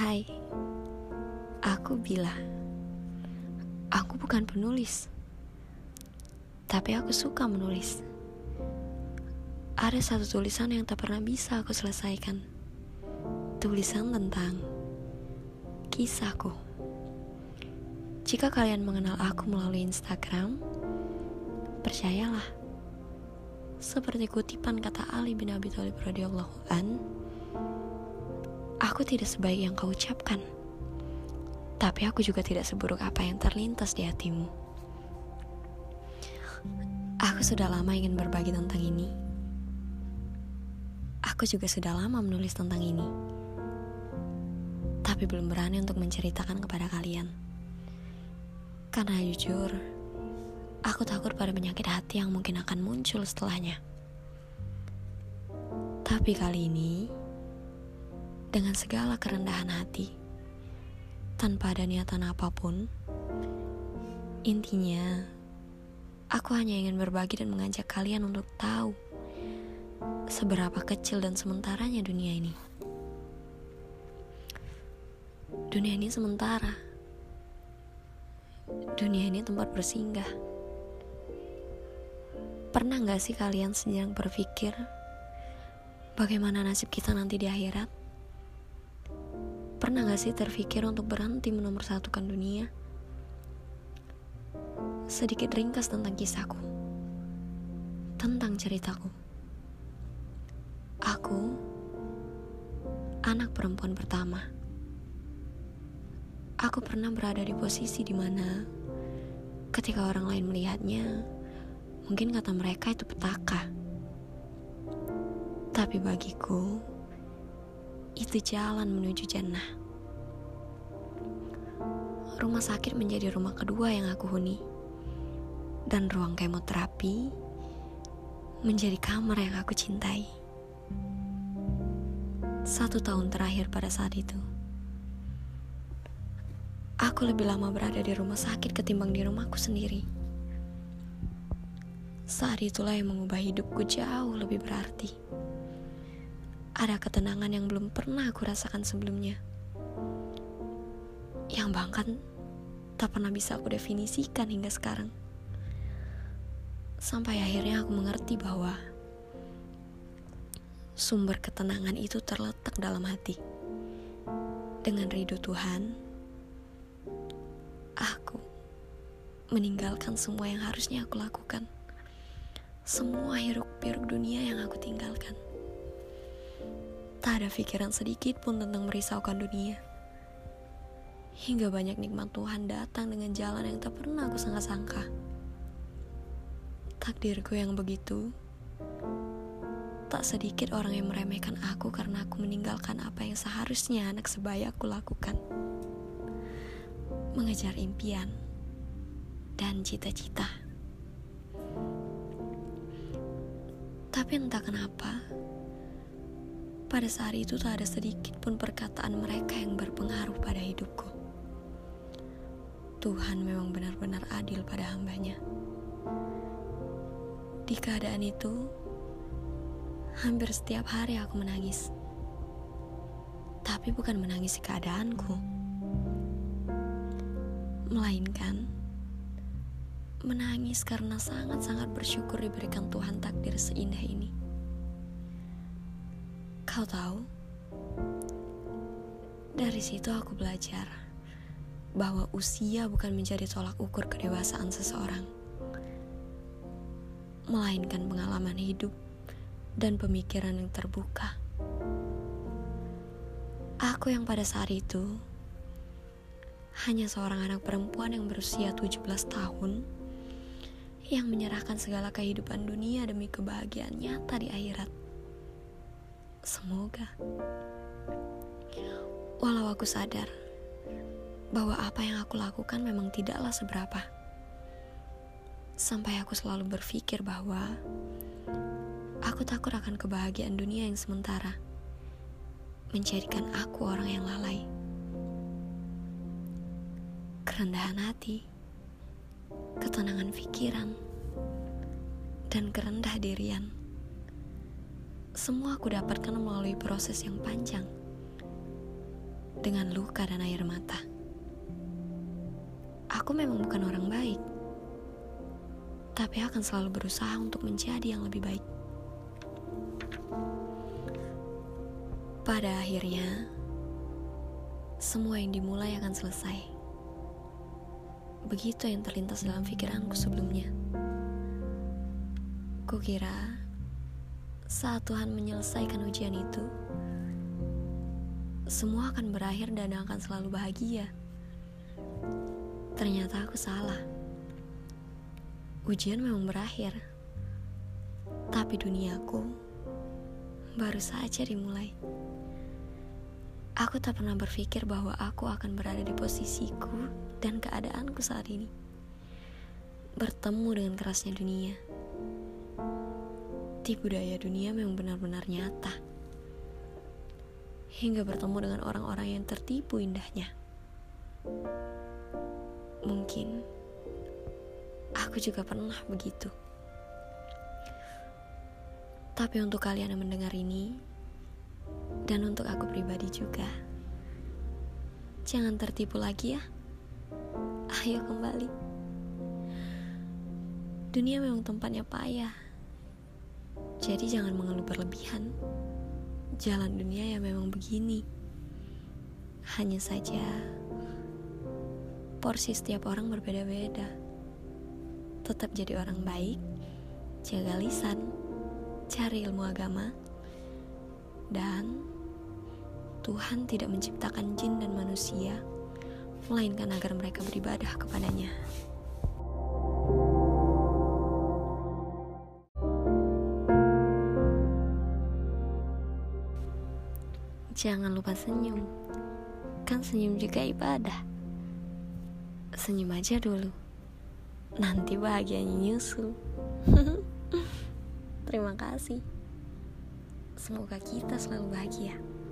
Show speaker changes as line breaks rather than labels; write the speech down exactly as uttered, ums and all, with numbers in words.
Hai, aku Bila. Aku bukan penulis, tapi aku suka menulis. Ada satu tulisan yang tak pernah bisa aku selesaikan. Tulisan tentang kisahku. Jika kalian mengenal aku melalui Instagram, percayalah, seperti kutipan kata Ali bin Abi Thalib radhiyallahu an, aku tidak sebaik yang kau ucapkan, tapi aku juga tidak seburuk apa yang terlintas di hatimu. Aku sudah lama ingin berbagi tentang ini. Aku juga sudah lama menulis tentang ini, tapi belum berani untuk menceritakan kepada kalian. Karena jujur, aku takut pada penyakit hati yang mungkin akan muncul setelahnya. Tapi kali ini, dengan segala kerendahan hati, tanpa ada niatan apapun, intinya, aku hanya ingin berbagi dan mengajak kalian untuk tahu seberapa kecil dan sementaranya dunia ini. Dunia ini sementara. Dunia ini tempat bersinggah. Pernah gak sih kalian sedang berpikir bagaimana nasib kita nanti di akhirat? Pernah gak sih terpikir untuk berhenti menomorsatukan dunia? Sedikit ringkas tentang kisahku, tentang ceritaku. Aku anak perempuan pertama. Aku pernah berada di posisi di mana ketika orang lain melihatnya, mungkin kata mereka itu petaka. Tapi bagiku, itu jalan menuju jannah. Rumah sakit menjadi rumah kedua yang aku huni, dan ruang kemoterapi menjadi kamar yang aku cintai. Satu tahun terakhir pada saat itu, aku lebih lama berada di rumah sakit ketimbang di rumahku sendiri. Saat itulah yang mengubah hidupku jauh lebih berarti. Ada ketenangan yang belum pernah aku rasakan sebelumnya, yang bahkan tak pernah bisa aku definisikan hingga sekarang. Sampai akhirnya aku mengerti bahwa sumber ketenangan itu terletak dalam hati. Dengan ridho Tuhan, aku meninggalkan semua yang harusnya aku lakukan. Semua hiruk-pikuk dunia yang aku tinggalkan. Tak ada pikiran sedikit pun tentang merisaukan dunia. Hingga banyak nikmat Tuhan datang dengan jalan yang tak pernah aku sangka-sangka. Takdirku yang begitu, tak sedikit orang yang meremehkan aku karena aku meninggalkan apa yang seharusnya anak sebaya aku lakukan. Mengejar impian dan cita-cita. Tapi entah kenapa, pada saat itu tak ada sedikit pun perkataan mereka yang berpengaruh pada hidupku. Tuhan memang benar-benar adil pada hambanya. Di keadaan itu, hampir setiap hari aku menangis. Tapi bukan menangis di keadaanku, melainkan menangis karena sangat-sangat bersyukur diberikan Tuhan takdir seindah ini. Kau tahu, dari situ aku belajar bahwa usia bukan menjadi tolak ukur kedewasaan seseorang, melainkan pengalaman hidup dan pemikiran yang terbuka. Aku yang pada saat itu hanya seorang anak perempuan yang berusia tujuh belas tahun, yang menyerahkan segala kehidupan dunia demi kebahagiaan nyata di akhirat. Semoga, walau aku sadar bahwa apa yang aku lakukan memang tidaklah seberapa, sampai aku selalu berpikir bahwa aku takut akan kebahagiaan dunia yang sementara menjadikan aku orang yang lalai. Kerendahan hati, ketenangan pikiran, dan kerendah dirian, semua aku dapatkan melalui proses yang panjang dengan luka dan air mata. Aku memang bukan orang baik, tapi akan selalu berusaha untuk menjadi yang lebih baik. Pada akhirnya, semua yang dimulai akan selesai. Begitu yang terlintas dalam pikiranku sebelumnya. Kukira saat Tuhan menyelesaikan ujian itu, semua akan berakhir dan akan selalu bahagia. Ternyata aku salah. Ujian memang berakhir, tapi duniaku baru saja dimulai. Aku tak pernah berpikir bahwa aku akan berada di posisiku dan keadaanku saat ini. Bertemu dengan kerasnya dunia. Tipu daya dunia memang benar-benar nyata. Hingga bertemu dengan orang-orang yang tertipu indahnya. Mungkin aku juga pernah begitu. Tapi untuk kalian yang mendengar ini, dan untuk aku pribadi juga, jangan tertipu lagi ya. Ayo kembali. Dunia memang tempatnya payah, jadi jangan mengeluh berlebihan. Jalan dunia ya memang begini. Hanya saja porsi setiap orang berbeda-beda. Tetap jadi orang baik, jaga lisan, cari ilmu agama, dan Tuhan tidak menciptakan jin dan manusia melainkan agar mereka beribadah kepadanya. Jangan lupa senyum, kan senyum juga ibadah. Senyum aja dulu, nanti bahagianya nyusul. Terima kasih. Semoga kita selalu bahagia.